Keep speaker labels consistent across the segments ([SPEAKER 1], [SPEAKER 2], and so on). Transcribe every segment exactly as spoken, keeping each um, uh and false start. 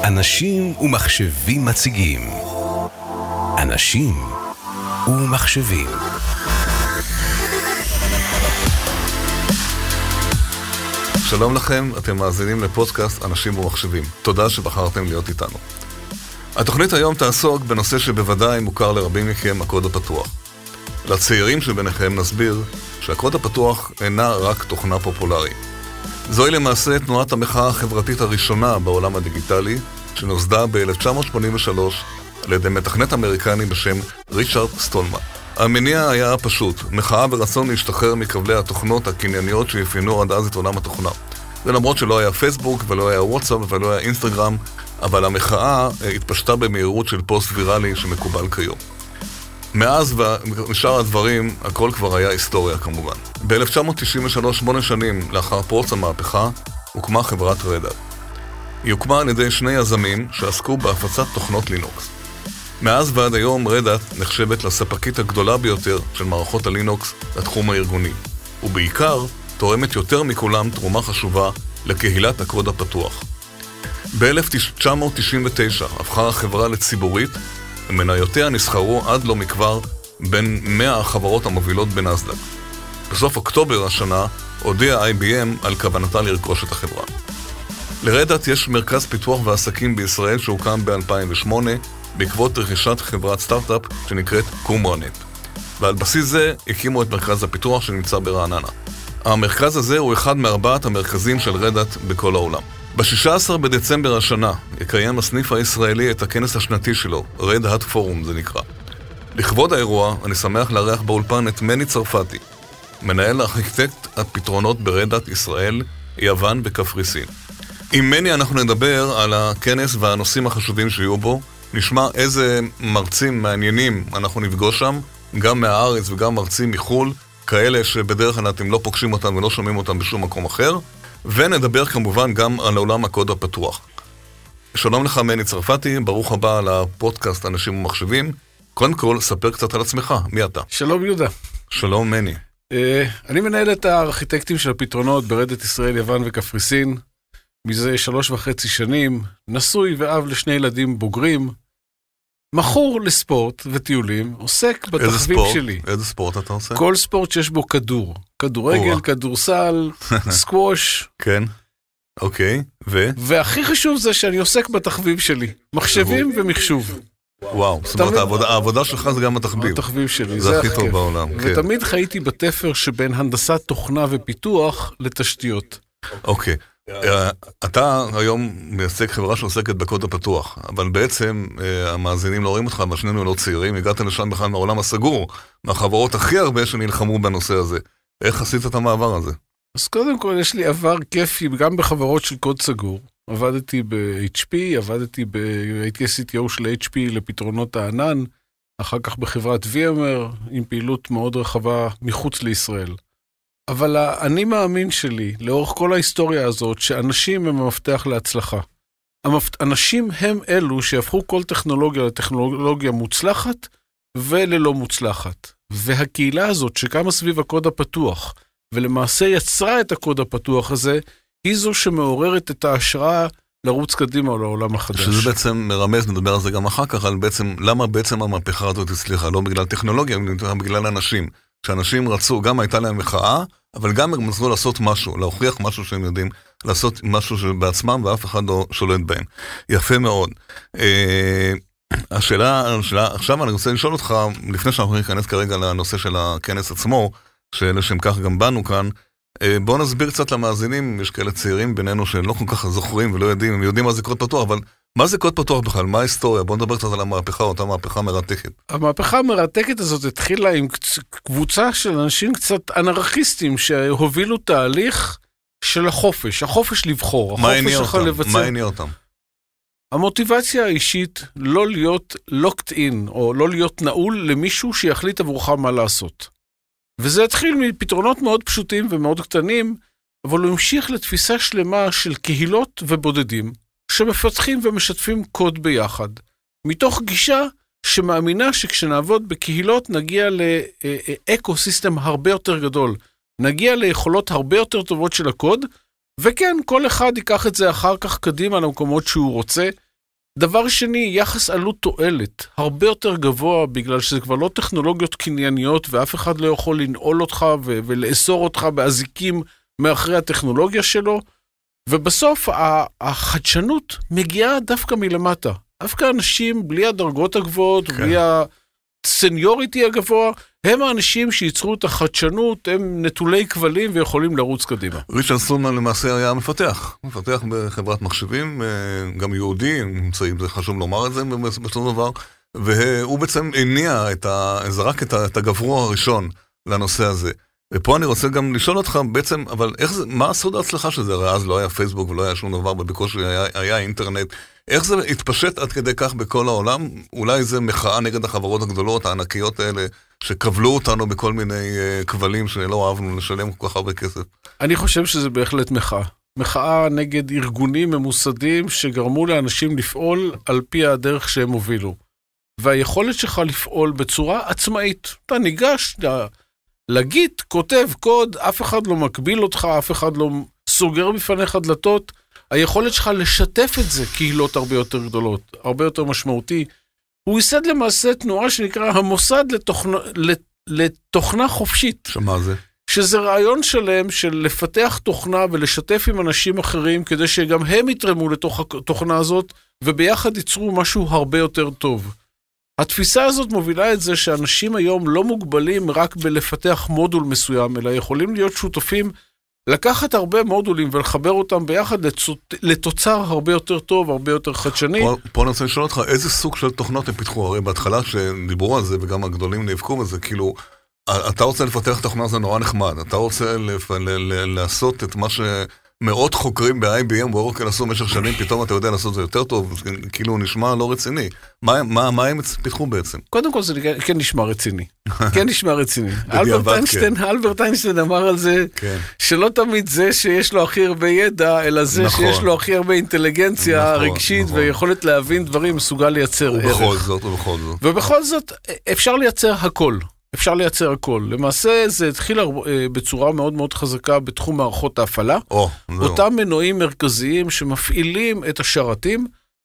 [SPEAKER 1] אנשים ומחשבים מציגים. אנשים ומחשבים.
[SPEAKER 2] שלום לכם, אתם מאזינים לפודקאסט אנשים ומחשבים. תודה שבחרתם להיות איתנו. התוכנית היום תעסוק בנושא שבוודאי מוכר לרבים מכם, הקוד הפתוח. לצעירים שביניכם נסביר שהקוד הפתוח אינה רק תוכנה פופולרי. זוהי למעשה תנועת המחאה החברתית הראשונה בעולם הדיגיטלי, שנוסדה ב-אלף תשע מאות שמונים ושלוש על ידי מתכנת אמריקני בשם ריצ'רד סטולמן. המניע היה פשוט, מחאה ורצון להשתחרר מכבלי התוכנות הקנייניות שאפיינו עד אז את עולם התוכנה. ולמרות שלא היה פייסבוק ולא היה וואטסאפ ולא היה אינסטגרם, אבל המחאה התפשטה במהירות של פוסט ויראלי שמקובל כיום. מאז ושאר הדברים, הכל כבר היה היסטוריה כמובן. ב-אלף תשע מאות תשעים ושלוש, שמונה שנים לאחר פרוץ המהפכה, הוקמה חברת רדאט. היא הוקמה על ידי שני יזמים שעסקו בהפצת תוכנות לינוקס. מאז ועד היום רדאט נחשבת לספקית הגדולה ביותר של מערכות הלינוקס לתחום הארגוני, ובעיקר תורמת יותר מכולם תרומה חשובה לקהילת הקוד הפתוח. ב-אלף תשע מאות תשעים ותשע הפכה החברה לציבורית, ומניותיה נסחרו עד לא מכבר בין מאה החברות המובילות בנסדק. בסוף אוקטובר השנה הודיעה איי בי אם על כוונתה לרכוש את החברה. לרדאט יש מרכז פיתוח ועסקים בישראל שהוקם ב-אלפיים ושמונה בעקבות רכישת חברת סטארט-אפ שנקראת קומרנט. ועל בסיס זה הקימו את מרכז הפיתוח שנמצא ברעננה. המרכז הזה הוא אחד מארבעת המרכזים של רדאט בכל העולם. ב-שישה עשר בדצמבר השנה יקיים הסניף הישראלי את הכנס השנתי שלו, רדאט פורום זה נקרא. לכבוד האירוע אני שמח לארח באולפן את מני צרפתי, מנהל ארכיטקט הפתרונות ברדאט ישראל, יוון וקפריסין. עם מני אנחנו נדבר על הכנס והנושאים החשובים שיהיו בו, נשמע איזה מרצים מעניינים אנחנו נפגוש שם, גם מהארץ וגם מרצים מחול, כאלה שבדרך כלל אתם לא פוגשים אותם ולא שומעים אותם בשום מקום אחר, ונדבר כמובן גם על עולם הקוד הפתוח. שלום לך מני צרפתי, ברוך הבא לפודקאסט אנשים ומחשבים. קודם כל, ספר קצת על עצמך, מי אתה?
[SPEAKER 3] שלום יהודה.
[SPEAKER 2] שלום מני.
[SPEAKER 3] אני מנהל את הארכיטקטים של הפתרונות ברדאט ישראל, יוון וקפריסין, מזה שלוש וחצי שנים, נשוי ואב לשני ילדים בוגרים, מכור לספורט וטיולים, עוסק בתחביב שלי.
[SPEAKER 2] איזה ספורט אתה עושה?
[SPEAKER 3] כל ספורט שיש בו כדור. כדורגל, כדורסל, סקווש.
[SPEAKER 2] כן, אוקיי, ו?
[SPEAKER 3] והכי חשוב זה שאני עוסק בתחביב שלי, מחשבים ומחשוב.
[SPEAKER 2] וואו, זאת אומרת, העבודה שלך זה גם התחביב.
[SPEAKER 3] התחביב שלי,
[SPEAKER 2] זה הכי טוב בעולם.
[SPEAKER 3] ותמיד חייתי בתפר שבין הנדסת תוכנה ופיתוח לתשתיות.
[SPEAKER 2] אוקיי. אתה היום מייצג חברה שעוסקת בקוד הפתוח, אבל בעצם המאזינים לא רואים אותך, אבל שנינו לא צעירים, הגעת לשם בכלל מהעולם הסגור, מהחברות הכי הרבה שנלחמו בנושא הזה. איך עשית את המעבר הזה?
[SPEAKER 3] אז קודם כל יש לי עבר כיפי גם בחברות של קוד סגור. עבדתי ב-אייץ' פי, עבדתי ב... הייתי סי טי או של אייץ' פי לפתרונות הענן, אחר כך בחברת וי אם אר, עם פעילות מאוד רחבה מחוץ לישראל. אבל אני מאמין שלי, לאורך כל ההיסטוריה הזאת, שאנשים הם המפתח להצלחה. אנשים הם אלו שהפכו כל טכנולוגיה לטכנולוגיה מוצלחת וללא מוצלחת. והקהילה הזאת שקמה סביב הקוד הפתוח, ולמעשה יצרה את הקוד הפתוח הזה, היא זו שמעוררת את ההשראה לרוץ קדימה לעולם החדש.
[SPEAKER 2] שזה בעצם מרמז, נדבר על זה גם אחר כך, על בעצם, למה בעצם המהפכה הזאת הצליחה, לא בגלל טכנולוגיה, אלא בגלל אנשים. שאנשים רצו, גם הייתה להם מחאה, אבל גם הם רצו לעשות משהו, להוכיח משהו שהם יודעים, לעשות משהו שבעצמם ואף אחד לא שולט בהם. יפה מאוד. השאלה, השאלה, עכשיו אני רוצה לשאול אותך, לפני שאנחנו ניכנס כרגע לנושא של הכנס עצמו, שלשם כך גם באנו כאן, בואו נסביר קצת למאזינים, יש כאלה צעירים בינינו שלא כל כך זוכרים ולא יודעים, הם יודעים מה זה קוד פתוח, אבל מה זה קוד פתוח בכלל? מה ההיסטוריה? בואו נדבר קצת על המהפכה, אותה מהפכה מרתקת.
[SPEAKER 3] המהפכה המרתקת הזאת התחילה עם קבוצה של אנשים קצת אנרכיסטים שהובילו תהליך של החופש, החופש לבחור, החופש שלך לבצע.
[SPEAKER 2] מה הניע אותם?
[SPEAKER 3] המוטיבציה האישית לא להיות locked in, או לא להיות נעול למישהו שיחליט עבורך מה לעשות. וזה התחיל מפתרונות מאוד פשוטים ומאוד קטנים, אבל הוא המשיך לתפיסה שלמה של קהילות ובודדים, שמפתחים ומשתפים קוד ביחד, מתוך גישה שמאמינה שכשנעבוד בקהילות נגיע לאקו-סיסטם הרבה יותר גדול, נגיע ליכולות הרבה יותר טובות של הקוד, וכן, כל אחד ייקח את זה אחר כך קדימה למקומות שהוא רוצה, דבר שני, יחס עלות תועלת, הרבה יותר גבוה, בגלל שזה כבר לא טכנולוגיות קנייניות, ואף אחד לא יכול לנעול אותך ו- ולאסור אותך באזיקים מאחרי הטכנולוגיה שלו, ובסוף החדשנות מגיעה דווקא מלמטה. דווקא אנשים בלי הדרגות הגבוהות, כן. בלי הסניוריטי הגבוה, הם האנשים שייצרו את החדשנות, הם נטולי כבלים ויכולים לרוץ קדימה.
[SPEAKER 2] ריצ'רד סטולמן למעשה היה מפתח, מפתח בחברת מחשבים, גם יהודי, זה חשוב לומר את זה בסופו דבר, והוא בעצם הניע, את ה, זרק את הגברוע הראשון לנושא הזה. ופה אני רוצה גם לשאול אותך בעצם, אבל איך זה, מה הסוד ההצלחה של זה? הרי אז לא היה פייסבוק ולא היה שום דבר, ובקושי היה, היה אינטרנט. איך זה התפשט עד כדי כך בכל העולם? אולי זה מחאה נגד החברות הגדולות, הענקיות האלה, שקבלו אותנו בכל מיני uh, כבלים שלא אהבנו לשלם כל כך הרבה כסף.
[SPEAKER 3] אני חושב שזה בהחלט מחאה. מחאה נגד ארגונים ממוסדים שגרמו לאנשים לפעול על פי הדרך שהם הובילו. והיכולת שלך לפעול בצורה עצמאית. אתה ניגש, לגיט, כותב קוד, אף אחד לא מקביל אותך, אף אחד לא סוגר בפניך דלתות. היכולת שלך לשתף את זה קהילות הרבה יותר גדולות, הרבה יותר משמעותי. הוא ייסד למעשה תנועה שנקרא המוסד לתוכנה, לתוכנה חופשית.
[SPEAKER 2] שמה זה?
[SPEAKER 3] שזה רעיון שלם של לפתח תוכנה ולשתף עם אנשים אחרים, כדי שגם הם יתרמו לתוך התוכנה הזאת, וביחד ייצרו משהו הרבה יותר טוב. התפיסה הזאת מובילה את זה שאנשים היום לא מוגבלים רק בלפתח מודול מסוים, אלא יכולים להיות שותפים, לקחת הרבה מודולים ולחבר אותם ביחד לתוצר הרבה יותר טוב, הרבה יותר חדשני.
[SPEAKER 2] פה, פה אני רוצה לשאול אותך, איזה סוג של תוכנות הם פיתחו? הרי בהתחלה שדיברו על זה, וגם הגדולים נאבקו בזה, כאילו, אתה רוצה לפתח תוכנה זה נורא נחמד, אתה רוצה לפ... ל... ל... לעשות את מה שמאות חוקרים ב-איי בי אם ואורקל עשו במשך שנים, פתאום אתה יודע לעשות זה יותר טוב, כאילו נשמע לא רציני. מה, מה, מה הם פיתחו בעצם?
[SPEAKER 3] קודם כל זה כן נשמע רציני. כן נשמע רציני. אלברט איינשטיין, אלברט איינשטיין אמר על זה, שלא תמיד זה שיש לו הכי הרבה ידע, אלא זה שיש לו הכי הרבה אינטליגנציה רגשית ויכולת להבין דברים, מסוגל לייצר ערך.
[SPEAKER 2] ובכל זאת, ובכל זאת.
[SPEAKER 3] ובכל זאת, אפשר לייצר הכל. אפשר לייצר הכל. למעשה זה התחיל בצורה מאוד מאוד חזקה בתחום מערכות ההפעלה. אותם מנועים מרכזיים שמפעילים את השרתים,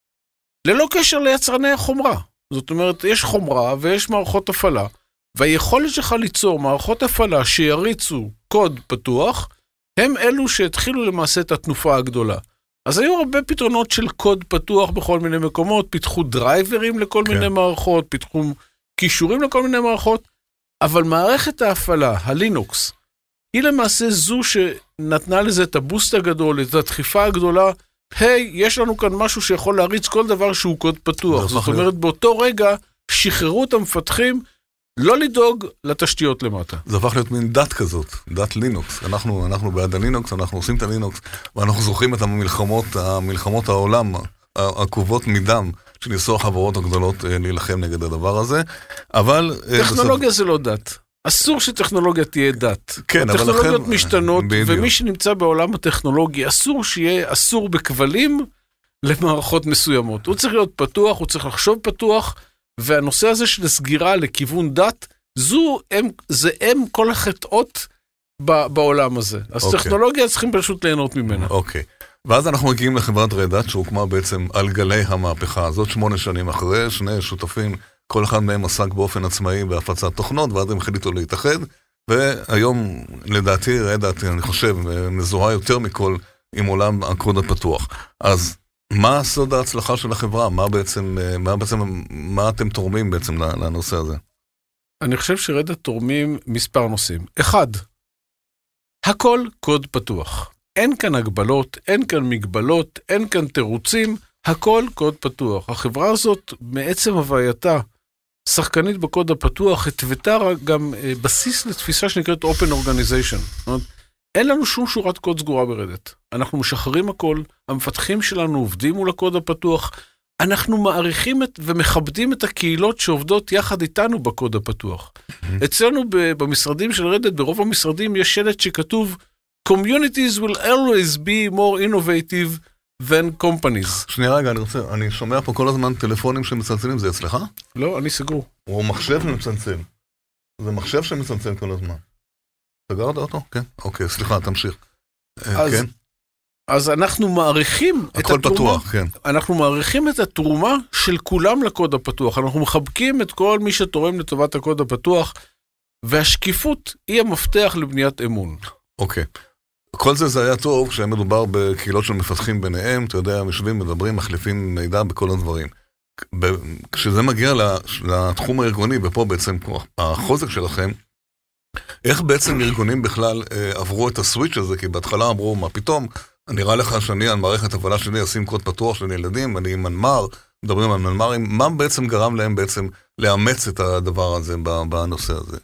[SPEAKER 3] ללא קשר ליצרני החומרה. זאת אומרת, יש חומרה ויש מערכות הפעלה, והיכולת שלך ליצור מערכות הפעלה שיריצו קוד פתוח, הם אלו שהתחילו למעשה את התנופה הגדולה. אז היו הרבה פתרונות של קוד פתוח בכל מיני מקומות, פיתחו דרייברים לכל כן. מיני מערכות, פיתחו קישורים לכל מיני מערכות, אבל מערכת ההפעלה, הלינוקס, היא למעשה זו שנתנה לזה את הבוסט הגדול, את הדחיפה הגדולה, היי, יש לנו כאן משהו שיכול להריץ כל דבר שהוא קוד פתוח. זאת אומרת, באותו רגע שחררו את המפתחים, לא לדאוג לתשתיות למטה.
[SPEAKER 2] זה הפך להיות מין דת כזאת, דת לינוקס. אנחנו, אנחנו בעד הלינוקס, אנחנו עושים את הלינוקס, ואנחנו זוכרים את המלחמות, המלחמות העולם, העקובות מדם, שניסו החברות הגדולות להילחם נגד הדבר הזה. אבל...
[SPEAKER 3] טכנולוגיה זה לא דת. אסור שטכנולוגיה תהיה דת.
[SPEAKER 2] כן, אבל לכן...
[SPEAKER 3] הטכנולוגיות משתנות, ומי שנמצא בעולם הטכנולוגי, אסור שיהיה אסור בכבלים למערכות מסוימות. הוא צריך להיות פתוח, הוא צריך לחשוב פתוח, והנושא הזה של סגירה לכיוון דת, זו, הם, זה הם כל החטאות בעולם הזה. אז okay. טכנולוגיה צריכים פשוט ליהנות ממנה.
[SPEAKER 2] אוקיי. Okay. ואז אנחנו מגיעים לחברת רד האט, שהוקמה בעצם על גלי המהפכה הזאת, שמונה שנים אחרי, שני שותפים, כל אחד מהם עסק באופן עצמאי בהפצת תוכנות, ואז הם החליטו להתאחד, והיום, לדעתי, רד האט, אני חושב, מזוהה יותר מכל עם עולם הקוד הפתוח. אז מה סוד ההצלחה של החברה? מה בעצם, מה בעצם, מה אתם תורמים בעצם לנושא הזה?
[SPEAKER 3] אני חושב שרד האט תורמים מספר נושאים. אחד, הכל קוד פתוח. אין כאן הגבלות, אין כאן מגבלות, אין כאן תירוצים, הכל קוד פתוח. החברה הזאת, מעצם הווייתה, שחקנית בקוד הפתוח, התוותה גם בסיס לתפיסה שנקראת Open Organization. זאת אומרת, אין לנו שום שורת קוד סגורה רד האט. אנחנו משחררים הכל, המפתחים שלנו עובדים מול הקוד הפתוח, אנחנו מעריכים את, ומכבדים את הקהילות שעובדות יחד איתנו בקוד הפתוח. אצלנו במשרדים של רד האט, ברוב המשרדים יש שלט שכתוב, Communities will always be more innovative than companies.
[SPEAKER 2] שנייה רגע, אני רוצה, אני שומע פה כל הזמן טלפונים שמצלצלים, זה אצלך?
[SPEAKER 3] לא, אני סגור.
[SPEAKER 2] הוא מחשב שמצלצל. זה מחשב שמצלצל כל הזמן. סגרת אותו? כן. אוקיי, סליחה, תמשיך.
[SPEAKER 3] אז,
[SPEAKER 2] כן?
[SPEAKER 3] אז אנחנו מעריכים את
[SPEAKER 2] הכל
[SPEAKER 3] התרומה,
[SPEAKER 2] פתוח, כן.
[SPEAKER 3] אנחנו מעריכים את התרומה של כולם לקוד הפתוח, אנחנו מחבקים את כל מי שתורם לטובת הקוד הפתוח, והשקיפות היא המפתח לבניית אמון.
[SPEAKER 2] אוקיי. כל זה זה היה טוב כשהיה מדובר בקהילות של מפתחים ביניהם, אתה יודע, משווים, מדברים, מחליפים מידע בכל הדברים. כשזה מגיע לתחום הארגוני, ופה בעצם החוזק שלכם, איך בעצם ארגונים בכלל אה, עברו את הסוויץ' הזה? כי בהתחלה אמרו, מה פתאום, נראה לך שאני על מערכת הפעלה שלי, אשים קוד פתוח של ילדים, אני מנמר, מדברים על מנמרים, מה בעצם גרם להם בעצם לאמץ את הדבר הזה בנושא הזה?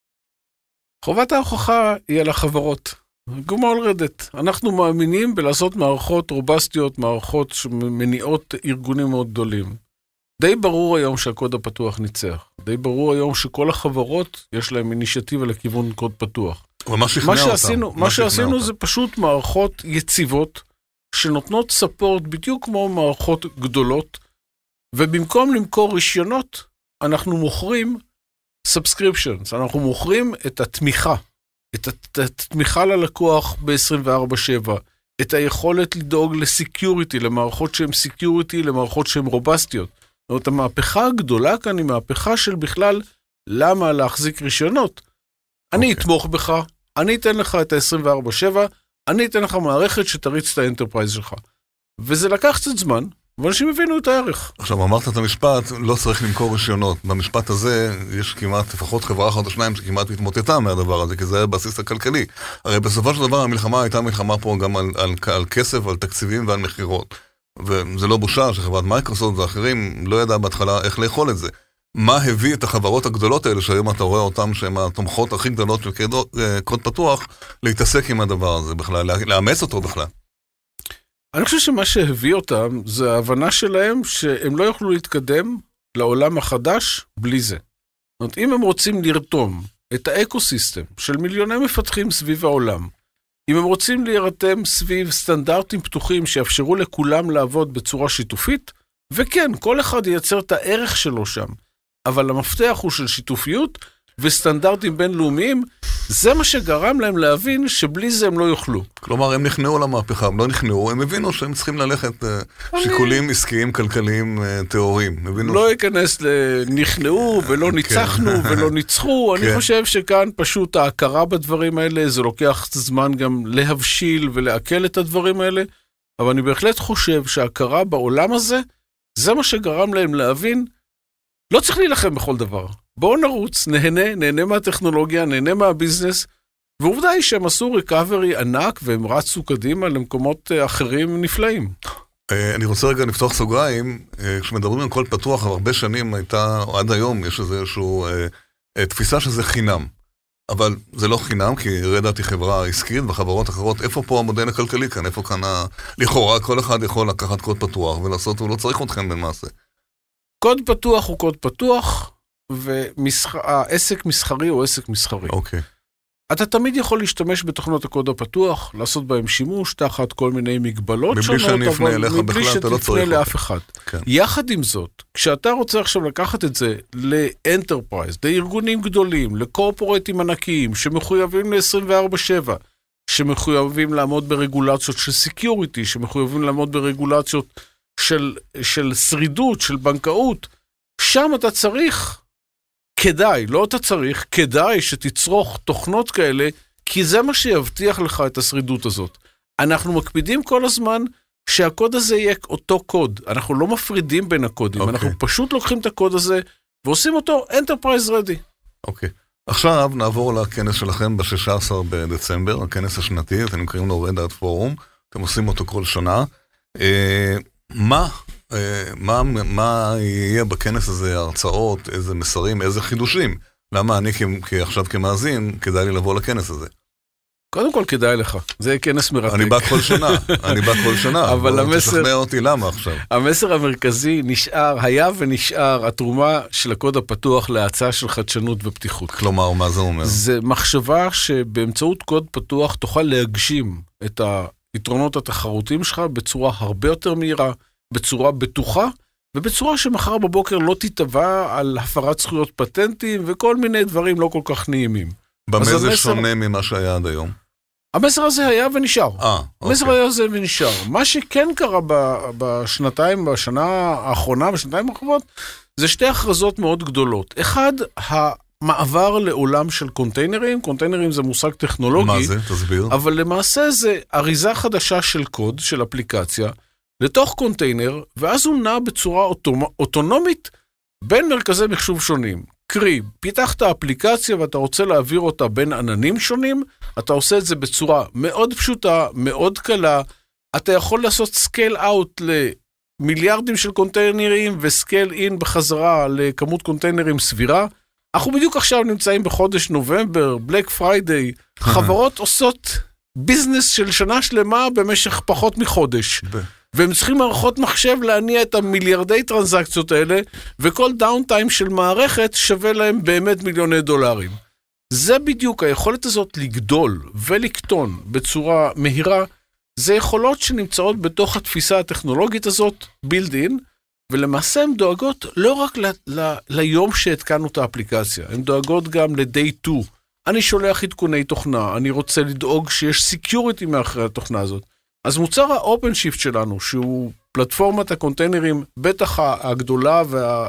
[SPEAKER 3] חובת ההוכחה היא על החברות. כמו על רדת. אנחנו מאמינים בלעשות מערכות רובסטיות, מערכות שמניעות ארגונים מאוד גדולים. די ברור היום שהקוד הפתוח ניצח. די ברור היום שכל החברות יש להם אינישטיבה לכיוון קוד פתוח.
[SPEAKER 2] אבל מה שכנע אותם?
[SPEAKER 3] שעשינו, מה שעשינו זה פשוט מערכות יציבות, שנותנות ספורט בדיוק כמו מערכות גדולות, ובמקום למכור רישיונות, אנחנו מוכרים subscriptions, אנחנו מוכרים את התמיכה, את התמיכה ללקוח ב-עשרים וארבע שבע, את היכולת לדאוג לסקיוריטי, למערכות שהן סקיוריטי, למערכות שהן רובסטיות. זאת אומרת, המהפכה הגדולה כאן היא מהפכה של בכלל למה להחזיק רישיונות. אני אתמוך בך, אני אתן לך את ה-עשרים וארבע שבע, אני אתן לך מערכת שתריץ את האנטרפרייז שלך. וזה לקח קצת זמן, ואנשים הבינו את הערך.
[SPEAKER 2] עכשיו, אמרת את המשפט, לא צריך למכור רישיונות. במשפט הזה יש כמעט, לפחות חברה אחת או שניים שכמעט התמוטטה מהדבר הזה, כי זה היה בסיס הכלכלי. הרי בסופו של דבר המלחמה הייתה מלחמה פה גם על, על, על כסף, על תקציבים ועל מחירות. וזה לא בושה שחברת מייקרוסופט ואחרים לא ידעה בהתחלה איך לאכול את זה. מה הביא את החברות הגדולות האלה, שהיום אתה רואה אותם שהן התומכות הכי גדולות של קוד פתוח, להתעסק עם הדבר הזה בכלל, לאמץ אותו בכלל?
[SPEAKER 3] אני חושב שמה שהביא אותם זה ההבנה שלהם שהם לא יוכלו להתקדם לעולם החדש בלי זה. זאת אומרת, אם הם רוצים לרתום את האקוסיסטם של מיליוני מפתחים סביב העולם, אם הם רוצים להירתם סביב סטנדרטים פתוחים שיאפשרו לכולם לעבוד בצורה שיתופית, וכן, כל אחד ייצר את הערך שלו שם, אבל המפתח הוא של שיתופיות וסטנדרטים בינלאומיים, זה מה שגרם להם להבין שבלי זה הם לא יוכלו.
[SPEAKER 2] כלומר, הם נכנעו למהפכה, הם לא נכנעו, הם הבינו שהם צריכים ללכת שיקולים עסקיים, כלכליים, תיאוריים.
[SPEAKER 3] לא ייכנס לנכנעו ולא ניצחנו ולא ניצחו, אני חושב שכאן פשוט ההכרה בדברים האלה, זה לוקח זמן גם להבשיל ולעכל את הדברים האלה, אבל אני בהחלט חושב שההכרה בעולם הזה, זה מה שגרם להם להבין, לא צריך להילחם בכל דבר. בואו נרוץ, נהנה, נהנה מהטכנולוגיה, נהנה מהביזנס, ועובדה היא שהם עשו ריקאברי ענק, והם רצו קדימה למקומות אחרים נפלאים.
[SPEAKER 2] אני רוצה רגע לפתוח סוגריים, כשמדברים על קוד פתוח, הרבה שנים הייתה, עד היום יש איזשהו תפיסה שזה חינם. אבל זה לא חינם, כי רדאט היא חברה עסקית, וחברות אחרות, איפה פה המודל הכלכלי כאן? איפה כאן, לכאורה, כל אחד יכול לקחת קוד פתוח ולעשות, הוא לא צריך אתכם במעשה.
[SPEAKER 3] קוד פתוח הוא קוד פתוח, והעסק מסחרי הוא עסק מסחרי.
[SPEAKER 2] אוקיי.
[SPEAKER 3] אתה תמיד יכול להשתמש בתוכנות הקוד הפתוח, לעשות בהם שימוש תחת כל מיני מגבלות
[SPEAKER 2] שונות,
[SPEAKER 3] אבל
[SPEAKER 2] מבלי
[SPEAKER 3] שתפנה לאף אחד. יחד עם זאת, כשאתה רוצה עכשיו לקחת את זה לאנטרפרייז, לארגונים גדולים, לקורפורטים ענקיים, שמחויבים ל-עשרים וארבע שבע, שמחויבים לעמוד ברגולציות של סקיוריטי, שמחויבים לעמוד ברגולציות של, של שרידות, של בנקאות, שם אתה צריך, כדאי, לא אתה צריך, כדאי שתצרוך תוכנות כאלה, כי זה מה שיבטיח לך את השרידות הזאת. אנחנו מקפידים כל הזמן שהקוד הזה יהיה אותו קוד. אנחנו לא מפרידים בין הקודים, okay. אנחנו פשוט לוקחים את הקוד הזה, ועושים אותו Enterprise Ready.
[SPEAKER 2] אוקיי. Okay. עכשיו נעבור לכנס שלכם ב-שישה עשר בדצמבר, הכנס השנתי, אתם קוראים לו רדאט פורום, אתם עושים אותו כל שנה. אה, מה... מה, מה יהיה בכנס הזה, הרצאות, איזה מסרים, איזה חידושים? למה אני עכשיו כמאזין, כדאי לי לבוא לכנס הזה?
[SPEAKER 3] קודם כל כדאי לך, זה כנס מרתק.
[SPEAKER 2] אני בא כל שנה, אני בא כל שנה,
[SPEAKER 3] אבל המסר...
[SPEAKER 2] תשכנע אותי למה עכשיו.
[SPEAKER 3] המסר המרכזי נשאר, היה ונשאר, התרומה של הקוד הפתוח להצעה של חדשנות ופתיחות.
[SPEAKER 2] כלומר, מה זה אומר?
[SPEAKER 3] זה מחשבה שבאמצעות קוד פתוח תוכל להגשים את היתרונות התחרותיים שלך בצורה הרבה יותר מהירה, בצורה בטוחה, ובצורה שמחר בבוקר לא תתבע על הפרת זכויות פטנטים, וכל מיני דברים לא כל כך נעימים.
[SPEAKER 2] במה זה המסר... שונה ממה שהיה עד היום?
[SPEAKER 3] המסר הזה היה ונשאר.
[SPEAKER 2] אה,
[SPEAKER 3] המסר
[SPEAKER 2] אוקיי.
[SPEAKER 3] היה זה ונשאר. מה שכן קרה בשנתיים, בשנה האחרונה, בשנתיים האחרונות, זה שתי הכרזות מאוד גדולות. אחד, המעבר לעולם של קונטיינרים. קונטיינרים זה מושג טכנולוגי.
[SPEAKER 2] מה זה? תסביר.
[SPEAKER 3] אבל למעשה זה אריזה חדשה של קוד, של אפליקציה, לתוך קונטיינר, ואז הוא נע בצורה אוטונומית בין מרכזי מחשוב שונים. קרי, פיתחת אפליקציה ואתה רוצה להעביר אותה בין עננים שונים, אתה עושה את זה בצורה מאוד פשוטה, מאוד קלה, אתה יכול לעשות סקייל אאוט למיליארדים של קונטיינרים, וסקייל אין בחזרה לכמות קונטיינרים סבירה. אנחנו בדיוק עכשיו נמצאים בחודש נובמבר, בלק פריידיי, חברות עושות ביזנס של שנה שלמה במשך פחות מחודש. והם צריכים מערכות מחשב להניע את המיליארדי טרנזקציות האלה, וכל דאונטיים של מערכת שווה להם באמת מיליוני דולרים. זה בדיוק, היכולת הזאת לגדול ולקטון בצורה מהירה, זה יכולות שנמצאות בתוך התפיסה הטכנולוגית הזאת, build in, ולמעשה הן דואגות לא רק ל- ל- ליום שהתקנו את האפליקציה, הן דואגות גם ל-day two. אני שולח עדכוני תוכנה, אני רוצה לדאוג שיש security מאחרי התוכנה הזאת. אז מוצר ה-OpenShift שלנו, שהוא פלטפורמת הקונטיינרים, בטח הגדולה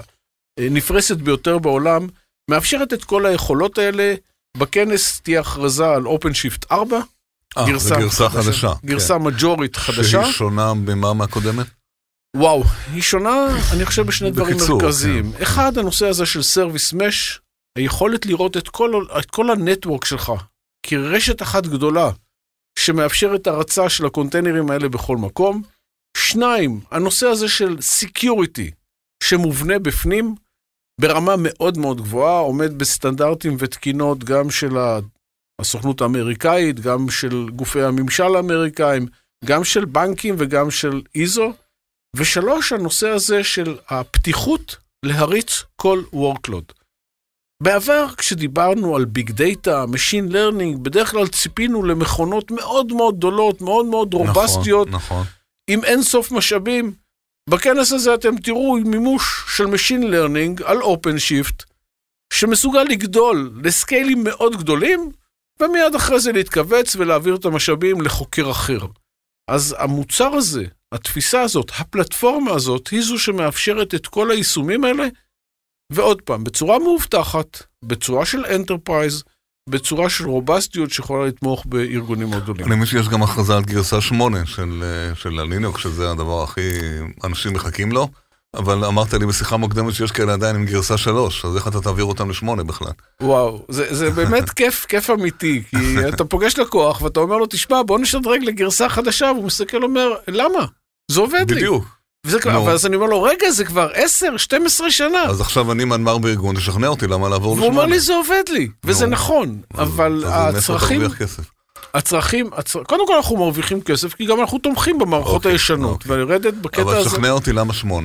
[SPEAKER 3] והנפרסת ביותר בעולם, מאפשרת את כל היכולות האלה. בכנס תהיה הכרזה על OpenShift ארבע,
[SPEAKER 2] אה, גרסה, גרסה חדשה. חדשה.
[SPEAKER 3] גרסה כן. מג'ורית חדשה.
[SPEAKER 2] שהיא שונה במה מהקודמת?
[SPEAKER 3] וואו, היא שונה, אני חושב, בשני דברים
[SPEAKER 2] בקיצור,
[SPEAKER 3] מרכזיים.
[SPEAKER 2] כן.
[SPEAKER 3] אחד, הנושא הזה של Service Mesh, היכולת לראות את כל, את כל הנטוורק שלך, כרשת אחת גדולה, שמאפשרת הרצה של הקונטיינרים האלה בכל מקום. שניים, הנושא הזה של Security, שמובנה בפנים, ברמה מאוד מאוד גבוהה, עומד בסטנדרטים ותקינות גם של הסוכנות האמריקאית, גם של גופי הממשל האמריקאים, גם של בנקים וגם של איזו. ושלוש, הנושא הזה של הפתיחות להריץ כל workload. בעבר, כשדיברנו על ביג דאטה, משין לרנינג, בדרך כלל ציפינו למכונות מאוד מאוד גדולות, מאוד מאוד רובסטיות,
[SPEAKER 2] נכון, נכון.
[SPEAKER 3] עם אין סוף משאבים. בכנס הזה אתם תראו מימוש של משין לרנינג על OpenShift, שמסוגל לגדול לסקיילים מאוד גדולים, ומיד אחרי זה להתכווץ ולהעביר את המשאבים לחוקר אחר. אז המוצר הזה, התפיסה הזאת, הפלטפורמה הזאת, היא זו שמאפשרת את כל היישומים האלה, ועוד פעם, בצורה מאובטחת, בצורה של אנטרפרייז, בצורה של רובסטיות שיכולה לתמוך בארגונים מאוד גדולים.
[SPEAKER 2] אני מבין שיש גם הכרזה על גרסה שמונה של, של הלינוקס, שזה הדבר הכי אנשים מחכים לו, אבל אמרת לי בשיחה מוקדמת שיש כאלה עדיין עם גרסה שלוש, אז איך אתה תעביר אותם לשמונה בכלל?
[SPEAKER 3] וואו, זה, זה באמת כיף, כיף אמיתי, כי אתה פוגש לקוח ואתה אומר לו, תשמע, בוא נשדרג לגרסה חדשה, והוא מסתכל אומר, למה? זה עובד לי.
[SPEAKER 2] בדיוק.
[SPEAKER 3] אבל אז אני אומר לו, רגע, זה כבר עשר, שתים עשרה שנה.
[SPEAKER 2] אז עכשיו אני מנמר בארגון, תשכנע אותי למה לעבור לשמונה.
[SPEAKER 3] והוא אומר לי, זה עובד לי, וזה נכון, אבל הצרכים, הצרכים, קודם כל אנחנו מרוויחים כסף, כי גם אנחנו תומכים במערכות הישנות, ולרדת בקטע הזה.
[SPEAKER 2] אבל תשכנע אותי למה שמונה.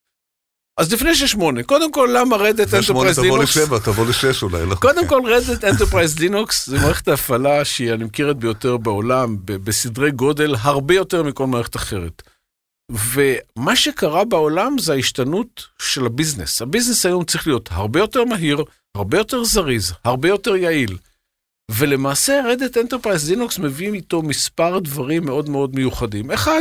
[SPEAKER 3] אז לפני ששמונה, קודם כל למה רדת Enterprise
[SPEAKER 2] תבוא
[SPEAKER 3] Linux?
[SPEAKER 2] לשבע, תבוא לשש אולי.
[SPEAKER 3] קודם כל רדת Enterprise Linux, זה מערכת ההפעלה שהיא הנמכרת ביותר בעולם, בסדרי גודל הרבה יותר מכל מערכת אחרת. ומה שקרה בעולם זה ההשתנות של הביזנס. הביזנס היום צריך להיות הרבה יותר מהיר, הרבה יותר זריז, הרבה יותר יעיל. ולמעשה רדת Enterprise Linux מביא איתו מספר דברים מאוד מאוד מיוחדים. אחד,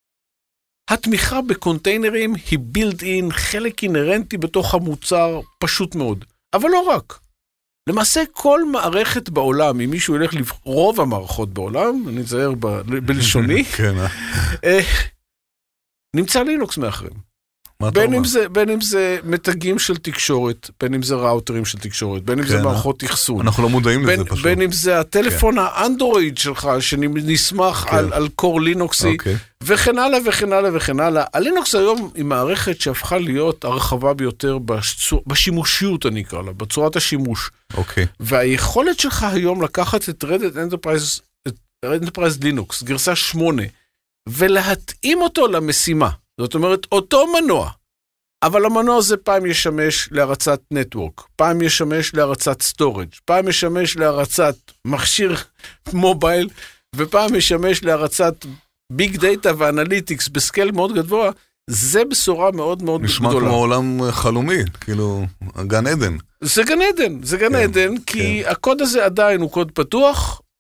[SPEAKER 3] התמיכה בקונטיינרים היא בילד אין, חלק אינרנטי בתוך המוצר, פשוט מאוד. אבל לא רק. למעשה כל מערכת בעולם, אם מישהו ילך לרוב המערכות בעולם, אני אזהר ב- בלשוני,
[SPEAKER 2] כן, אה?
[SPEAKER 3] נמצא לינוקס מאחרים. בין אם זה, בין אם זה מתגים של תקשורת, בין אם זה ראוטרים של תקשורת, בין אם זה מערכות אחסון.
[SPEAKER 2] אנחנו לא מודעים לזה פשוט.
[SPEAKER 3] בין אם זה הטלפון האנדרואיד שלך, שנסמך על קור לינוקסי, וכן הלאה וכן הלאה וכן הלאה. הלינוקס היום היא מערכת שהפכה להיות הרחבה ביותר בשימושיות, אני אקרא לה, בצורת השימוש. והיכולת שלך היום לקחת את רדת אנטרפרייז, אנטרפרייז לינוקס, גרסה שמונה, ולהתאים אותו למשימה. זאת אומרת, אותו מנוע, אבל המנוע הזה פעם ישמש להרצת נטוורק, פעם ישמש להרצת סטורג', פעם ישמש להרצת מכשיר מובייל, ופעם ישמש להרצת ביג דאטה ואנליטיקס בסקייל מאוד גדול, זה בשורה מאוד מאוד
[SPEAKER 2] נשמע
[SPEAKER 3] גדולה.
[SPEAKER 2] נשמע כמו עולם חלומי, כאילו, גן עדן.
[SPEAKER 3] זה גן עדן, זה גן כן, עדן, כי כן. הקוד הזה עדיין הוא קוד פתוח,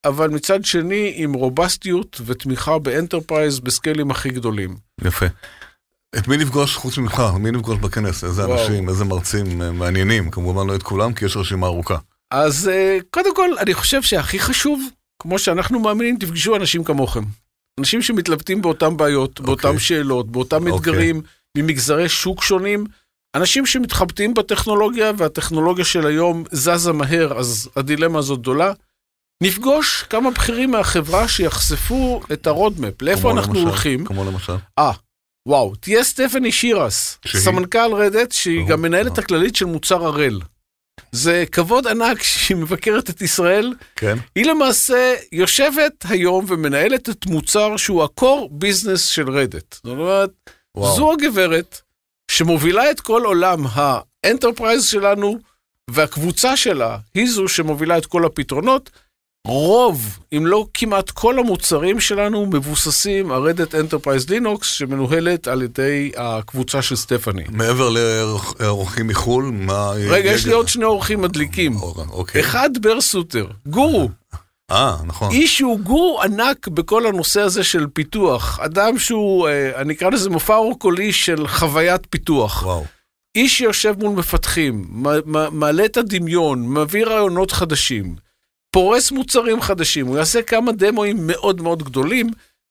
[SPEAKER 3] אבל מצד שני עם רובסטיות ותמיכה באנטרפרייז בסקיילים הכי גדולים.
[SPEAKER 2] יפה. את מי נפגוש חוץ ממך? מי נפגוש בכנס? איזה וואו. אנשים, איזה מרצים מעניינים? כמובן לא את כולם, כי יש רשימה ארוכה.
[SPEAKER 3] אז קודם כל, אני חושב שהכי חשוב, כמו שאנחנו מאמינים, תפגשו אנשים כמוכם. אנשים שמתלבטים באותם בעיות, okay. באותם שאלות, באותם okay. אתגרים, ממגזרי שוק שונים, אנשים שמתחבטים בטכנולוגיה, והטכנולוגיה של היום זזה מהר, אז הדילמה הזאת גדולה. נפגוש כמה בכירים מהחברה שיחשפו את הרודמפ, לאיפה אנחנו
[SPEAKER 2] למשל,
[SPEAKER 3] הולכים.
[SPEAKER 2] כמו למשל.
[SPEAKER 3] אה, וואו, תהיה סטפני שירס, שהיא? סמנכ"ל רדט, שהיא גם מנהלת הכללית של מוצר הרל. זה כבוד ענק שהיא מבקרת את ישראל.
[SPEAKER 2] כן.
[SPEAKER 3] היא למעשה יושבת היום ומנהלת את מוצר שהוא הקור ביזנס של רדט. זאת אומרת, וואו. זו הגברת שמובילה את כל עולם האנטרפרייז שלנו, והקבוצה שלה היא זו שמובילה את כל הפתרונות. רוב, אם לא כמעט כל המוצרים שלנו מבוססים על רדט אנטרפרייז לינוקס, שמנוהלת על ידי הקבוצה של סטפני.
[SPEAKER 2] מעבר לאורחים מחול, מה...
[SPEAKER 3] רגע, יש לי עוד שני אורחים מדליקים.
[SPEAKER 2] אוקיי.
[SPEAKER 3] אחד בר סוטר, גורו.
[SPEAKER 2] אה, נכון.
[SPEAKER 3] איש שהוא גורו ענק בכל הנושא הזה של פיתוח. אדם שהוא, אני אקרא לזה מופע אורקולי של חוויית פיתוח.
[SPEAKER 2] וואו.
[SPEAKER 3] איש שיושב מול מפתחים, מעלה את הדמיון, מביא רעיונות חדשים. פורס מוצרים חדשים, הוא יעשה כמה דמוים מאוד מאוד גדולים,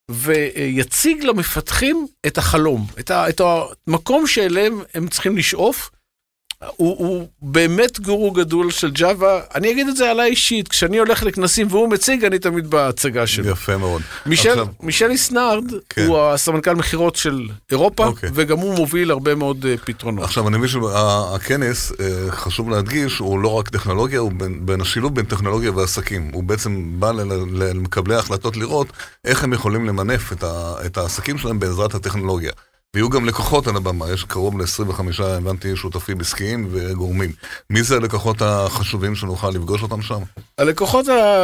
[SPEAKER 3] ויציג למפתחים את החלום, את, ה, את המקום שאליהם הם צריכים לשאוף. הוא, הוא באמת גורו גדול של ג'אווה, אני אגיד את זה עליי אישית, כשאני הולך לכנסים והוא מציג, אני תמיד בהצגה שלו.
[SPEAKER 2] יפה מאוד.
[SPEAKER 3] מישל,
[SPEAKER 2] עכשיו...
[SPEAKER 3] מישל איסנארד, כן. הוא הסמנכ"ל מחירות של אירופה, אוקיי. וגם הוא מוביל הרבה מאוד uh, פתרונות.
[SPEAKER 2] עכשיו, אני מבין שהכנס, uh, חשוב להדגיש, הוא לא רק טכנולוגיה, הוא בין, בין השילוב בין טכנולוגיה ועסקים. הוא בעצם בא למקבלי ההחלטות לראות איך הם יכולים למנף את, ה, את העסקים שלהם בעזרת הטכנולוגיה. ויהיו גם לקוחות על הבמה, יש קרוב ל-עשרים וחמישה, הבנתי, שותפים עסקיים וגורמים. מי זה הלקוחות החשובים שנוכל לפגוש אותם שם?
[SPEAKER 3] הלקוחות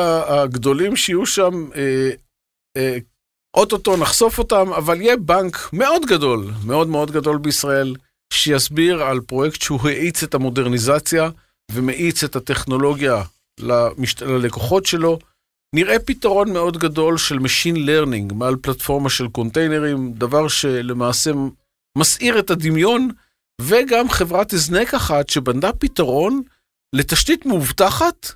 [SPEAKER 3] הגדולים שיהיו שם, אה, אה, אוטוטו נחשוף אותם, אבל יהיה בנק מאוד גדול, מאוד מאוד גדול בישראל, שיסביר על פרויקט שהוא האיץ את המודרניזציה, ומאיץ את הטכנולוגיה למשת... ללקוחות שלו, נראה פתרון מאוד גדול של Machine Learning מעל פלטפורמה של קונטיינרים, דבר שלמעשה מסעיר את הדמיון, וגם חברת הזנק אחת שבנדה פתרון לתשתית מאובטחת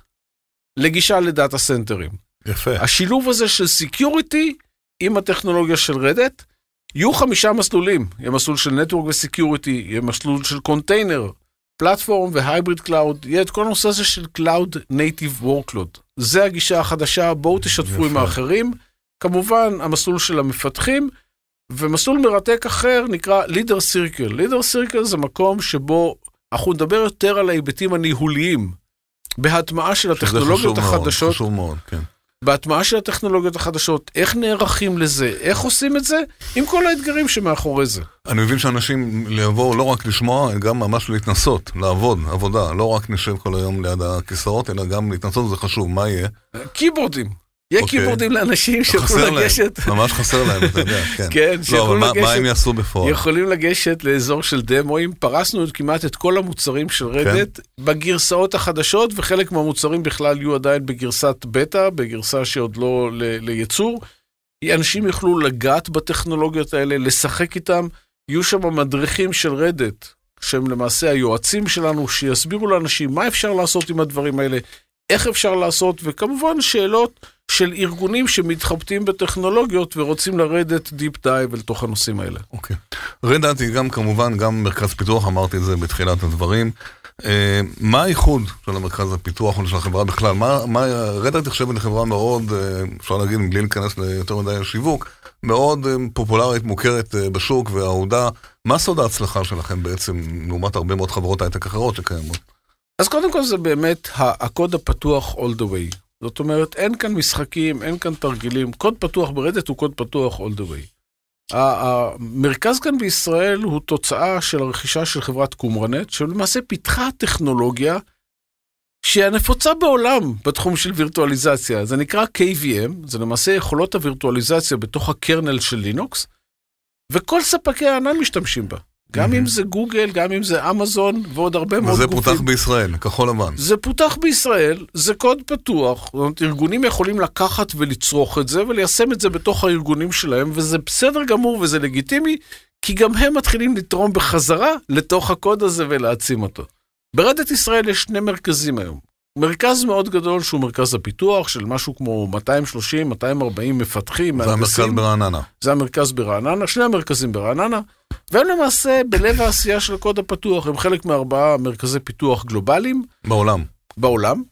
[SPEAKER 3] לגישה לדאטה סנטרים.
[SPEAKER 2] יפה.
[SPEAKER 3] השילוב הזה של Security עם הטכנולוגיה של רדט, יהיו חמישה מסלולים. יהיה מסלול של Network ו-Security, יהיה מסלול של קונטיינר, פלטפורם והייבריד קלאוד, יהיה את כל הנושא הזה של Cloud Native Workload. זה הגישה החדשה, בואו תשתפו עם האחרים. כמובן, המסלול של המפתחים, ומסלול מרתק אחר נקרא Leader Circle. Leader Circle זה מקום שבו אנחנו נדבר יותר על ההיבטים הניהוליים, בהטמעה של הטכנולוגיות החדשות.
[SPEAKER 2] מאוד, חשוב מאוד, כן.
[SPEAKER 3] בהטמעה של הטכנולוגיות החדשות, איך נערכים לזה, איך עושים את זה, עם כל האתגרים שמאחורי זה.
[SPEAKER 2] אני מבין שאנשים יבואו לא רק לשמוע, גם ממש להתנסות, לעבוד, עבודה, לא רק נשב כל היום ליד הכיסאות, אלא גם להתנסות, זה חשוב, מה יהיה?
[SPEAKER 3] קיבורדים. יהיה קיבורדים לאנשים שיכולו לגשת.
[SPEAKER 2] ממש חסר להם, אתה יודע, כן.
[SPEAKER 3] כן, שיכולו לגשת.
[SPEAKER 2] מה הם יעשו בפועל?
[SPEAKER 3] יכולים לגשת לאזור של דמוים, פרסנו כמעט את כל המוצרים של רדט, בגרסאות החדשות, וחלק מהמוצרים בכלל יהיו עדיין בגרסת בטא, בגרסה שעוד לא לייצור. אנשים יוכלו לגעת בטכנולוגיות האלה, לשחק איתם, יהיו שם מדריכים של רדט, שהם למעשה היועצים שלנו, שיסבירו לאנשים מה אפשר לעשות עם הדברים האלה, איך אפשר לעשות, וכמובן שאלות של ארגונים שמתחבטים בטכנולוגיות ורוצים לרדת דיפ דייב אל תוך הנושאים האלה.
[SPEAKER 2] אוקיי. רדט היא גם כמובן, גם מרכז פיתוח, אמרתי את זה בתחילת הדברים. אה, מה הייחוד של המרכז הפיתוח או של החברה בכלל? מה, מה, רדט נחשבת לחברה מאוד, אפשר להגיד, בלי להיכנס ליותר מדי שיווק, מאוד פופולרית, מוכרת בשוק והעודה. מה סוד ההצלחה שלכם בעצם, לעומת הרבה מאוד חברות הייטק אחרות שקיימות?
[SPEAKER 3] אז קודם כל זה באמת הקוד הפתוח all the way. זאת אומרת, אין כאן משחקים, אין כאן תרגילים. קוד פתוח ברדט הוא קוד פתוח all the way. המרכז כאן בישראל הוא תוצאה של הרכישה של חברת קומרנט, שלמעשה פיתחה טכנולוגיה שהיא הנפוצה בעולם בתחום של וירטואליזציה. זה נקרא קיי וי אם, זה למעשה יכולות הווירטואליזציה בתוך הקרנל של לינוקס, וכל ספקי הענן משתמשים בה. גם אם זה גוגל, גם אם זה אמזון, ועוד הרבה מאוד גופים.
[SPEAKER 2] וזה פותח בישראל, כחול לבן.
[SPEAKER 3] זה פותח בישראל, זה קוד פתוח, זאת אומרת, ארגונים יכולים לקחת ולצרוך את זה, וליישם את זה בתוך הארגונים שלהם, וזה בסדר גמור וזה לגיטימי, כי גם הם מתחילים לתרום בחזרה לתוך הקוד הזה ולהעצים אותו. ברדת ישראל יש שני מרכזים היום. מרכז מאוד גדול שהוא מרכז הפיתוח של משהו כמו מאתיים שלושים מאתיים ארבעים מפתחים.
[SPEAKER 2] זה המרכז ברעננה.
[SPEAKER 3] זה המרכז ברעננה, שני המרכזים ברעננה, והם למעשה בלב העשייה של הקוד הפתוח, הם חלק מארבעה מרכזי פיתוח גלובליים.
[SPEAKER 2] בעולם.
[SPEAKER 3] בעולם.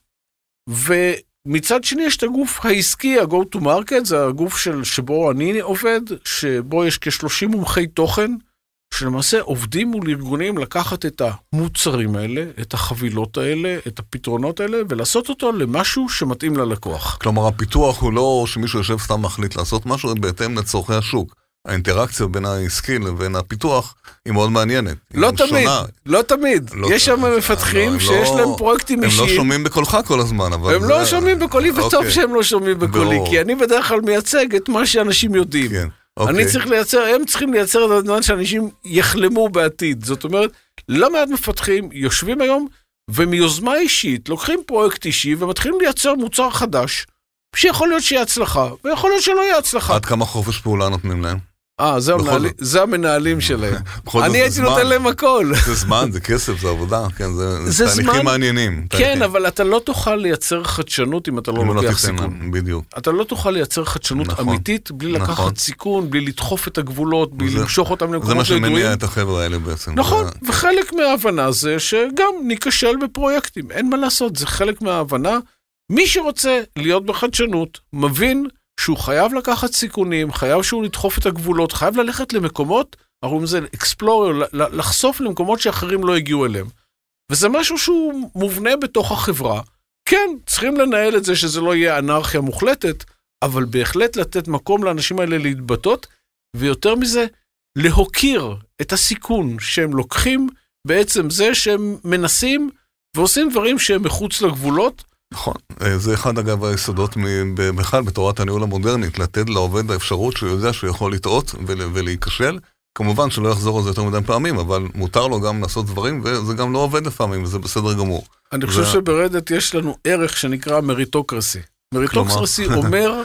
[SPEAKER 3] ומצד שני יש את הגוף העסקי, ה-Go to Market, זה הגוף של, שבו אני עובד, שבו יש כ-שלושים מומחי תוכן, שלמעשה עובדים מול ארגונים לקחת את המוצרים האלה, את החבילות האלה, את הפתרונות האלה, ולעשות אותו למשהו שמתאים ללקוח.
[SPEAKER 2] כלומר, הפיתוח הוא לא שמישהו יושב סתם מחליט לעשות משהו, בהתאם לצורכי השוק. האינטראקציה בין העסקי לבין הפיתוח היא מאוד מעניינת.
[SPEAKER 3] לא תמיד,
[SPEAKER 2] שונה.
[SPEAKER 3] לא תמיד. לא, יש שם מפתחים לא, שיש לא, להם פרויקטים אישיים.
[SPEAKER 2] הם לא שומעים בקולך כל הזמן, אבל
[SPEAKER 3] הם
[SPEAKER 2] זה...
[SPEAKER 3] לא שומעים בקולי, וטוב אוקיי. שהם לא שומעים בקולי, ברור. כי אני בדרך כלל מייצג את מה שאנשים יודעים. כן. Okay. אני צריך לייצר, הם צריכים לייצר את הדבר שאנשים יחלמו בעתיד. זאת אומרת, לא מעט מפתחים יושבים היום, ומיוזמה אישית, לוקחים פרויקט אישי, ומתחילים לייצר מוצר חדש, שיכול להיות שיהיה הצלחה, ויכול להיות שלא יהיה הצלחה.
[SPEAKER 2] עד כמה חופש פעולה נותנים להם?
[SPEAKER 3] אה, זה, המנהל... זה המנהלים שלהם. אני הייתי נותן להם הכל.
[SPEAKER 2] זה זמן, זה כסף, זה עבודה, כן, זה, זה תהליכים זמן... מעניינים.
[SPEAKER 3] כן,
[SPEAKER 2] תהליכים.
[SPEAKER 3] אבל אתה לא תוכל לייצר חדשנות אם אתה לא לוקח לא סיכון.
[SPEAKER 2] בדיוק.
[SPEAKER 3] אתה לא תוכל לייצר חדשנות נכון, אמיתית, בלי לקחת נכון. סיכון, בלי לדחוף את הגבולות, בלי זה, למשוך אותם למקומות
[SPEAKER 2] ידועים. זה מה שמניע את החבר'ה האלה בעצם.
[SPEAKER 3] נכון,
[SPEAKER 2] זה...
[SPEAKER 3] וחלק מההבנה זה שגם ניכשל בפרויקטים. אין מה לעשות, זה חלק מההבנה. מי שרוצה להיות בחדשנות, מבין שהוא חייב לקחת סיכונים, חייב שהוא לדחוף את הגבולות, חייב ללכת למקומות, אנחנו אומרים זה אקספלורר, לחשוף למקומות שאחרים לא הגיעו אליהם. וזה משהו שהוא מובנה בתוך החברה. כן, צריכים לנהל את זה שזה לא יהיה אנרכיה מוחלטת, אבל בהחלט לתת מקום לאנשים האלה להתבטאות, ויותר מזה, להוקיר את הסיכון שהם לוקחים, בעצם זה שהם מנסים ועושים דברים שהם מחוץ לגבולות,
[SPEAKER 2] נכון, זה אחד אגב היסודות בכלל בתורת הניהול המודרנית, לתת לעובד האפשרות שהוא יודע שהוא יכול לטעות ולהיכשל, כמובן שלא יחזור על זה יותר מדי פעמים, אבל מותר לו גם לעשות דברים, וזה גם לא עובד לפעמים, וזה בסדר גמור.
[SPEAKER 3] אני חושב שברדת יש לנו ערך שנקרא מריטוקרסי. מריטוקרסי אומר,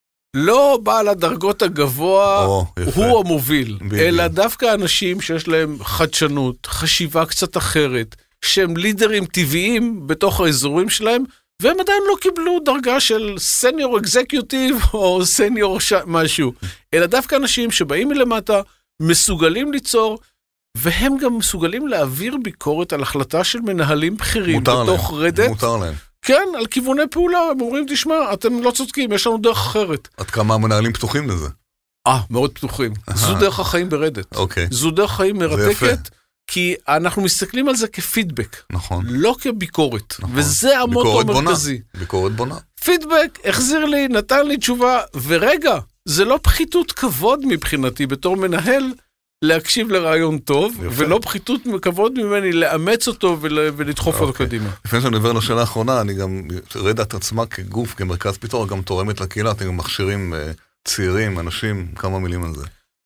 [SPEAKER 3] לא בעל הדרגות הגבוה הוא המוביל, אלא דווקא אנשים שיש להם חדשנות, חשיבה קצת אחרת, שהם לידרים טבעיים בתוך האזורים שלהם, והם עדיין לא קיבלו דרגה של סניור אקזקיוטיב או סניור ש... משהו, אלא דווקא אנשים שבאים מלמטה, מסוגלים ליצור, והם גם מסוגלים להעביר ביקורת על החלטה של מנהלים בכירים בתוך
[SPEAKER 2] להם,
[SPEAKER 3] רדת.
[SPEAKER 2] מותר להם.
[SPEAKER 3] כן, על כיווני פעולה, הם אומרים, תשמע, אתם לא צודקים, יש לנו דרך אחרת.
[SPEAKER 2] עד כמה המנהלים פתוחים לזה?
[SPEAKER 3] אה, מאוד פתוחים. זו דרך החיים ברדת.
[SPEAKER 2] אוקיי.
[SPEAKER 3] זו דרך חיים מרתקת. כי אנחנו מסתכלים על זה כפידבק,
[SPEAKER 2] נכון.
[SPEAKER 3] לא כביקורת, נכון. וזה המוטו המרכזי.
[SPEAKER 2] ביקורת בונה.
[SPEAKER 3] פידבק, החזיר לי, נתן לי תשובה, ורגע, זה לא פחיתות כבוד מבחינתי בתור מנהל להקשיב לרעיון טוב, יפה. ולא פחיתות כבוד ממני לאמץ אותו ול, ולדחוף אותו
[SPEAKER 2] אוקיי.
[SPEAKER 3] קדימה.
[SPEAKER 2] לפני שאני עובר לשאלה האחרונה, אני גם רדת עצמה כגוף, כמרכז פיתוח, גם תורמת לקהילה, אתם גם מכשירים צעירים, אנשים, כמה מילים על זה.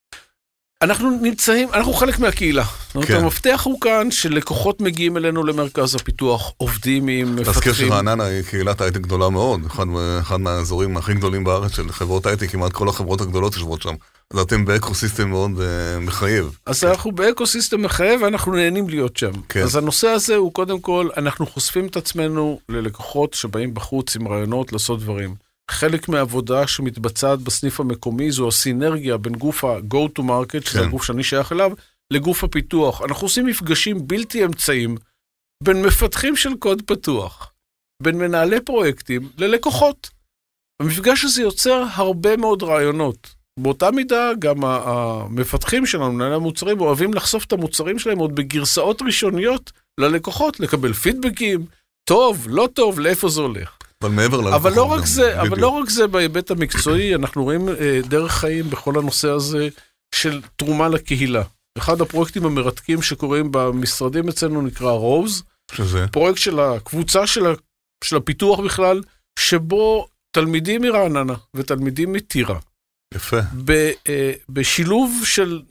[SPEAKER 3] אנחנו נמצאים, אנחנו חלק מהקהילה. כן. המפתח הוא כאן שלקוחות מגיעים אלינו למרכז הפיתוח, עובדים עם מפתחים. תזכיר
[SPEAKER 2] שרעננה היא קהילת הייטק גדולה מאוד, אחד, אחד מהאזורים הכי גדולים בארץ של חברות הייטק, כמעט כל החברות הגדולות יושבות שם. אז אתם באקוסיסטם מאוד uh, מחייב.
[SPEAKER 3] אז כן. אנחנו באקוסיסטם מחייב ואנחנו נהנים להיות שם. כן. אז הנושא הזה הוא קודם כל, אנחנו חושפים את עצמנו ללקוחות שבאים בחוץ עם רעיונות לעשות דברים. חלק מהעבודה שמתבצעת בסניף המקומי זו הסינרגיה בין גוף ה-Go to Market, שזה הגוף שאני שייך אליו, לגוף הפיתוח. אנחנו עושים מפגשים בלתי אמצעים בין מפתחים של קוד פתוח, בין מנהלי פרויקטים ללקוחות. המפגש הזה יוצר הרבה מאוד רעיונות. באותה מידה גם המפתחים שלנו, מנהלי המוצרים, אוהבים לחשוף את המוצרים שלהם עוד בגרסאות ראשוניות ללקוחות, לקבל פידבקים, טוב, לא טוב, לאיפה זה הולך.
[SPEAKER 2] אבל מעבר ללקוחות.
[SPEAKER 3] אבל לא רק זה, אבל לא רק זה בהיבט המקצועי, אנחנו רואים דרך חיים בכל הנושא הזה של תרומה לקהילה. אחד הפרויקטים המרתקים שקוראים במשרדים אצלנו נקרא רוז,
[SPEAKER 2] שזה?
[SPEAKER 3] פרויקט של הקבוצה של, ה, של הפיתוח בכלל, שבו תלמידים מרעננה ותלמידים מטירה,
[SPEAKER 2] יפה.
[SPEAKER 3] ב, בשילוב של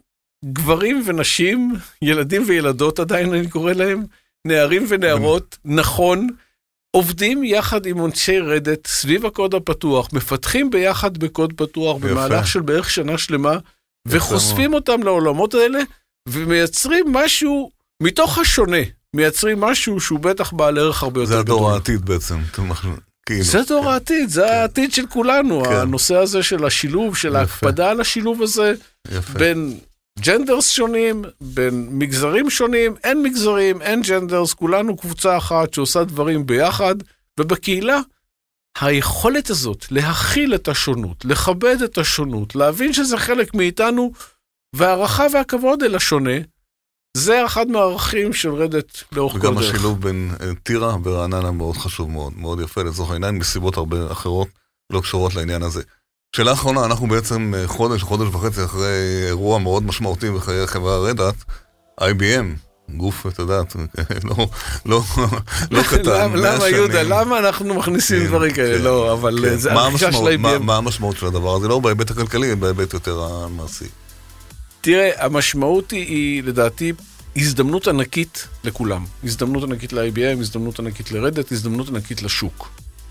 [SPEAKER 3] גברים ונשים, ילדים וילדות עדיין אני קורא להם, נערים ונערות, נכון, עובדים יחד עם אנשי רדט סביב הקוד הפתוח, מפתחים ביחד בקוד פתוח במהלך של בערך שנה שלמה, וחושפים אותם לעולמות האלה, ומייצרים משהו מתוך השונה, מייצרים משהו שהוא בטח בעל ערך הרבה יותר גדול.
[SPEAKER 2] זה הדור העתיד בעצם.
[SPEAKER 3] זה דור העתיד, זה העתיד של כולנו, הנושא הזה של השילוב, של ההקפדה על השילוב הזה, בין ג'נדרס שונים, בין מגזרים שונים, אין מגזרים, אין ג'נדרס, כולנו קבוצה אחת שעושה דברים ביחד, ובקהילה, היכולת הזאת להכיל את השונות, לכבד את השונות, להבין שזה חלק מאיתנו, והערכה והכבוד אל השונה, זה אחד מהערכים של רדט לאורך כל דרך.
[SPEAKER 2] וגם השילוב בין טירה ורעננה מאוד חשוב מאוד, מאוד יפה לצורך העניין, מסיבות הרבה אחרות לא קשורות לעניין הזה. שאלה אחרונה, אנחנו בעצם חודש, חודש וחצי אחרי אירוע מאוד משמעותי בחיי חברה רדט, איי בי אם, גוף, אתה יודעת, לא, לא, לא קטן.
[SPEAKER 3] למה יהודה, למה אנחנו מכניסים דברים כאלה? לא, אבל זה הרכישה של איי בי אם.
[SPEAKER 2] מה המשמעות של הדבר הזה? לא בהיבט הכלכלי, בהיבט יותר המעשי.
[SPEAKER 3] תראה, המשמעות היא, לדעתי, הזדמנות ענקית לכולם. הזדמנות ענקית ל-איי בי אם, הזדמנות ענקית לרדט, הזדמנות ענקית לשוק.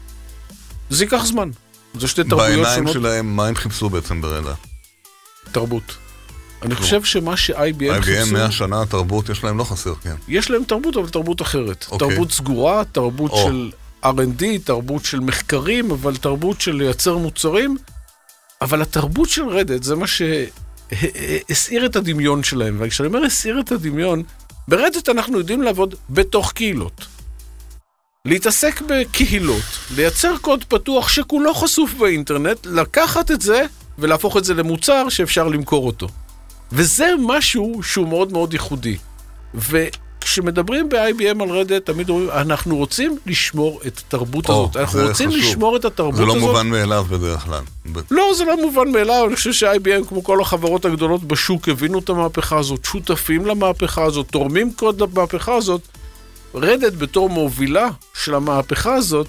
[SPEAKER 3] זה ייקח זמן. זה שתי תרבויות שונות.
[SPEAKER 2] בעיניים שלהם, מה הם חיפשו בעצם ברדט?
[SPEAKER 3] תרבות. אני חושב שמה ש-איי בי אם
[SPEAKER 2] חיפשו... איי בי אם מאה שנה, תרבות, יש להם לא חסר, כן.
[SPEAKER 3] יש להם תרבות, אבל תרבות אחרת. תרבות סגורה, תרבות של אר אנד די, תרבות של מחקרים, אבל תרבות של לייצר מוצרים. אבל התרבות של רדט זה מה ש... הסעיר את הדמיון שלהם, וכשאני אומר הסעיר את הדמיון, ברדט אנחנו יודעים לעבוד בתוך קהילות. להתעסק בקהילות, לייצר קוד פתוח שכולו חשוף באינטרנט, לקחת את זה ולהפוך את זה למוצר שאפשר למכור אותו. וזה משהו שהוא מאוד מאוד ייחודי. וכשמדברים ב-איי בי אם על רדט, תמיד אומרים, אנחנו רוצים לשמור את התרבות
[SPEAKER 2] או,
[SPEAKER 3] הזאת. אנחנו רוצים
[SPEAKER 2] חשוב.
[SPEAKER 3] לשמור את התרבות הזאת.
[SPEAKER 2] זה לא מובן מאליו בדרך כלל.
[SPEAKER 3] לא, זה לא מובן מאליו. אני חושב ש-איי בי אם, כמו כל החברות הגדולות בשוק, הבינו את המהפכה הזאת, שותפים למהפכה הזאת, תורמים קוד למהפכה הזאת. רדט בתור מובילה של המהפכה הזאת,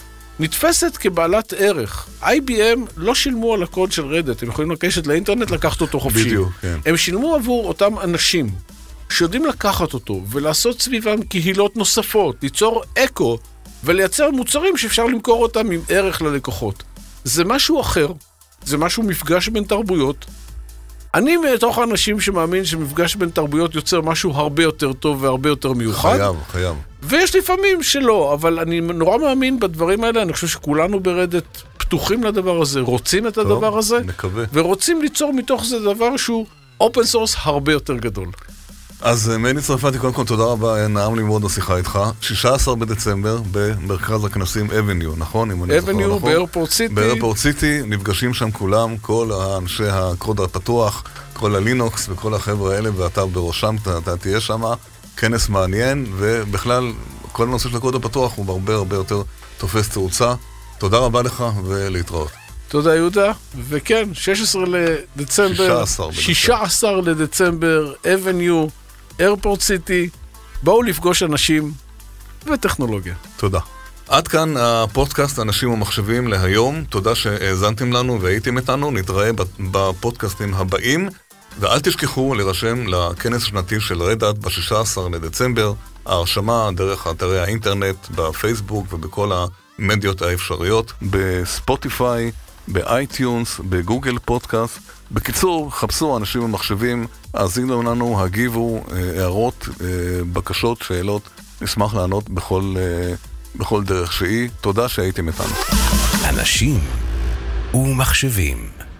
[SPEAKER 3] נתפסת כבעלת ערך. איי בי אם לא שילמו על הקוד של רדט, הם יכולים לקשת לאינטרנט, לקחת אותו חופשי.
[SPEAKER 2] בדיוק, כן.
[SPEAKER 3] הם שילמו עבור אותם אנשים שיודעים לקחת אותו ולעשות סביבם קהילות נוספות, ליצור אקו ולייצר מוצרים שאפשר למכור אותם עם ערך ללקוחות. זה משהו אחר, זה משהו מפגש בין תרבויות. אני מתוך האנשים שמאמין שמפגש בין תרבויות יוצר משהו הרבה יותר טוב והרבה יותר מיוחד.
[SPEAKER 2] חייב, חייב.
[SPEAKER 3] ויש לפעמים שלא, אבל אני נורא מאמין בדברים האלה, אני חושב שכולנו ברדט פתוחים לדבר הזה, רוצים את הדבר
[SPEAKER 2] טוב,
[SPEAKER 3] הזה,
[SPEAKER 2] מקווה.
[SPEAKER 3] ורוצים ליצור מתוך זה דבר שהוא אופן סורס הרבה יותר גדול.
[SPEAKER 2] אז מני צרפתי, קודם כל תודה רבה, נעם לי מאוד השיחה איתך. שישה עשר בדצמבר במרכז הכנסים אבניו, נכון?
[SPEAKER 3] אבניו באיירפורט סיטי.
[SPEAKER 2] באיירפורט סיטי, נפגשים שם כולם, כל האנשי הקוד הפתוח, כל הלינוקס וכל החבר'ה האלה, ואתה בראשם, אתה, אתה תהיה שם, כנס מעניין, ובכלל, כל הנושא של הקוד הפתוח הוא הרבה הרבה יותר תופס תאוצה. תודה רבה לך ולהתראות.
[SPEAKER 3] תודה יהודה, וכן, שש עשרה לדצמבר, שישה עשר לדצמבר, אבניו, איירפורט סיטי, בואו לפגוש אנשים וטכנולוגיה.
[SPEAKER 2] תודה. עד כאן הפודקאסט אנשים ומחשבים להיום, תודה שהאזנתם לנו והייתם איתנו, נתראה בפודקאסטים הבאים, ואל תשכחו להירשם לכנס שנתי של רדט ב-שישה עשר לדצמבר, ההרשמה דרך אתרי האינטרנט, בפייסבוק ובכל המדיות האפשריות, בספוטיפיי, באייטיונס, בגוגל פודקאסט. בקיצור, חפשו אנשים ומחשבים, האזינו לנו, הגיבו, הערות, בקשות, שאלות, נשמח לענות בכל, בכל דרך שהיא. תודה שהייתם איתנו.
[SPEAKER 1] אנשים ומחשבים.